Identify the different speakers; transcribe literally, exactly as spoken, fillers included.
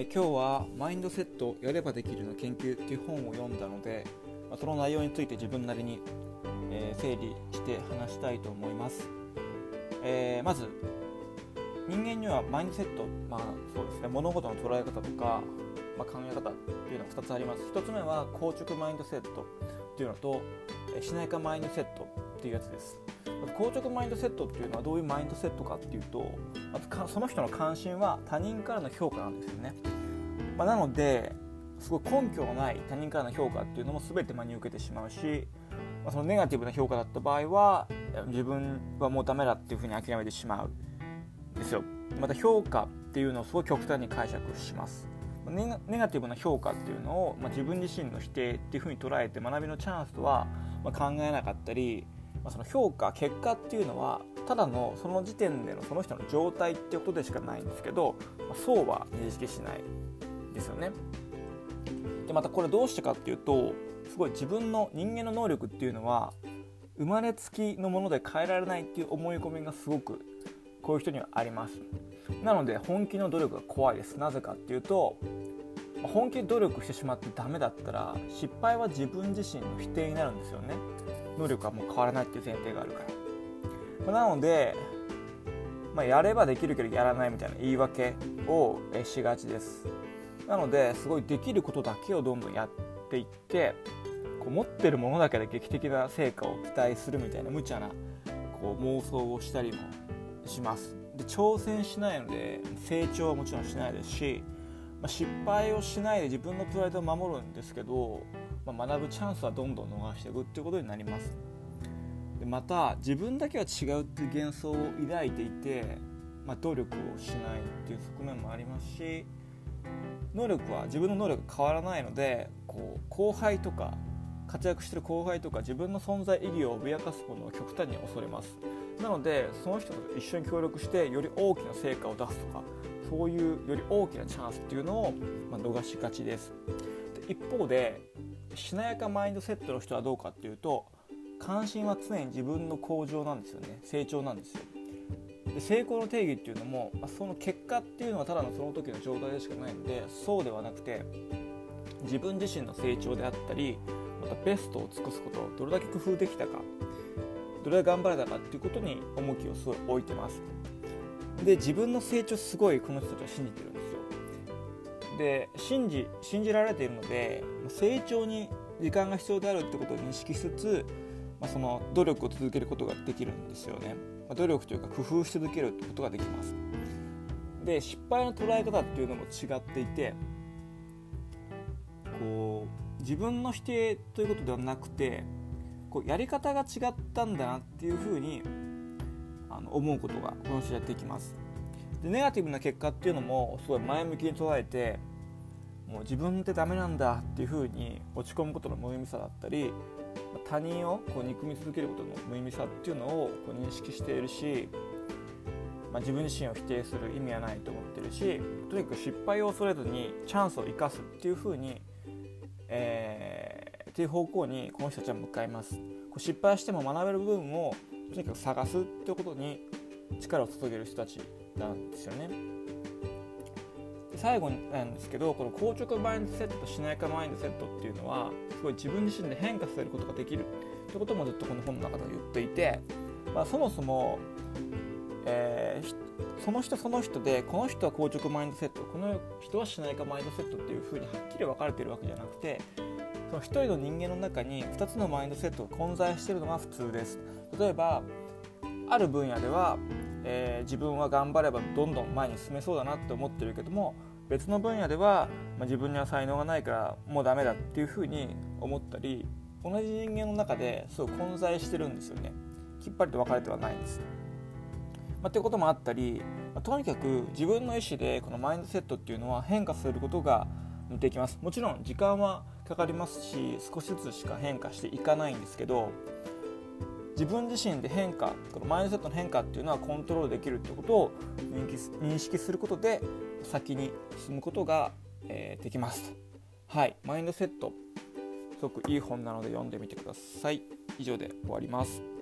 Speaker 1: ー、今日はマインドセットやればできるの研究っていう本を読んだので、まあ、その内容について自分なりに、えー、整理して話したいと思います。えー、まず人間にはマインドセット、まあそうですね、物事の捉え方とか、まあ、考え方っていうのがふたつあります。ひとつめは硬直マインドセットっていうのと、えー、しなやかマインドセットっていうやつです。硬直マインドセットっていうのはどういうマインドセットかっていうと、まずかその人の関心は他人からの評価なんですよね。まあ、なのですごい根拠のない他人からの評価っていうのも全て真に受けてしまうし、まあ、そのネガティブな評価だった場合は自分はもうダメだっていうふうに諦めてしまうんですよ。また評価っていうのをすごい極端に解釈します。ネガ、ネガティブな評価っていうのを、まあ、自分自身の否定っていうふうに捉えて学びのチャンスとは、まあ、考えなかったり、まあ、その評価結果っていうのはただのその時点でのその人の状態っていうことでしかないんですけど、まあ、そうは認識しないですよね。でまたこれどうしてかっていうと、すごい自分の人間の能力っていうのは生まれつきのもので変えられないっていう思い込みがすごくこういう人にはあります。なので本気の努力が怖いです。なぜかっていうと、本気で努力してしまってダメだったら失敗は自分自身の否定になるんですよね。能力はもう変わらないっていう前提があるから。なので、まあ、やればできるけどやらないみたいな言い訳をしがちです。なのですごいできることだけをどんどんやっていって、こう持ってるものだけで劇的な成果を期待するみたいな無茶なこう妄想をしたりもします。で挑戦しないので成長はもちろんしないですし、まあ、失敗をしないで自分のプライドを守るんですけど、まあ、学ぶチャンスはどんどん逃していくっていうことになります。でまた自分だけは違うっていう幻想を抱いていて、まあ、努力をしないっていう側面もありますし、能力は自分の能力が変わらないので、こう後輩とか活躍してる後輩とか自分の存在意義を脅かすものを極端に恐れます。なのでその人と一緒に協力してより大きな成果を出すとか、そういうより大きなチャンスっていうのを、まあ、逃しがちです。で一方でしなやかマインドセットの人はどうかっていうと、関心は常に自分の向上なんですよね。成長なんですよ。で成功の定義っていうのも、まあ、その結果っていうのはただのその時の状態でしかないので、そうではなくて自分自身の成長であったり、またベストを尽くすことをどれだけ工夫できたか、どれだけ頑張れたかっていうことに重きをすごい置いてます。で自分の成長すごいこの人たちは信じてるんですよ。で信じ信じられているので、成長に時間が必要であるってことを認識しつつ、まあ、その努力を続けることができるんですよね。まあ、努力というか工夫し続けるってことができます。で失敗の捉え方っていうのも違っていて、こう自分の否定ということではなくて、こうやり方が違ったんだなっていうふうにあの思うことがこの人やっていきます。でネガティブな結果っていうのもすごい前向きに捉えて、もう自分ってダメなんだっていうふうに落ち込むことの無意味さだったり、他人をこう憎み続けることの無意味さっていうのをこう認識しているし、まあ、自分自身を否定する意味はないと思ってるし、とにかく失敗を恐れずにチャンスを生かすっていうふうに、えー、っていう方向にこの人たちは向かいます。こう失敗しても学べる部分をとにかく探すっていうことに力を注げる人たちなんですよね。最後なんですけど、この硬直マインドセットとしなやかマインドセットっていうのはすごい自分自身で変化させることができるってこともずっとこの本の中で言っていて、まあ、そもそも、えー、その人その人でこの人は硬直マインドセット、この人はしなやかマインドセットっていう風にはっきり分かれているわけじゃなくて、その一人の人間の中にふたつのマインドセットが混在しているのが普通です。例えばある分野では、えー、自分は頑張ればどんどん前に進めそうだなって思ってるけども、別の分野では、まあ、自分には才能がないからもうダメだっていうふうに思ったり、同じ人間の中でそう混在してるんですよね。きっぱりと分かれてはないんです。まあ、ということもあったり、まあ、とにかく自分の意思でこのマインドセットっていうのは変化することができます。もちろん時間はかかりますし、少しずつしか変化していかないんですけど、自分自身で変化、このマインドセットの変化っていうのはコントロールできるってことを認識することで先に進むことが、えー、できますと。はい、マインドセットすごくいい本なので読んでみてください。以上で終わります。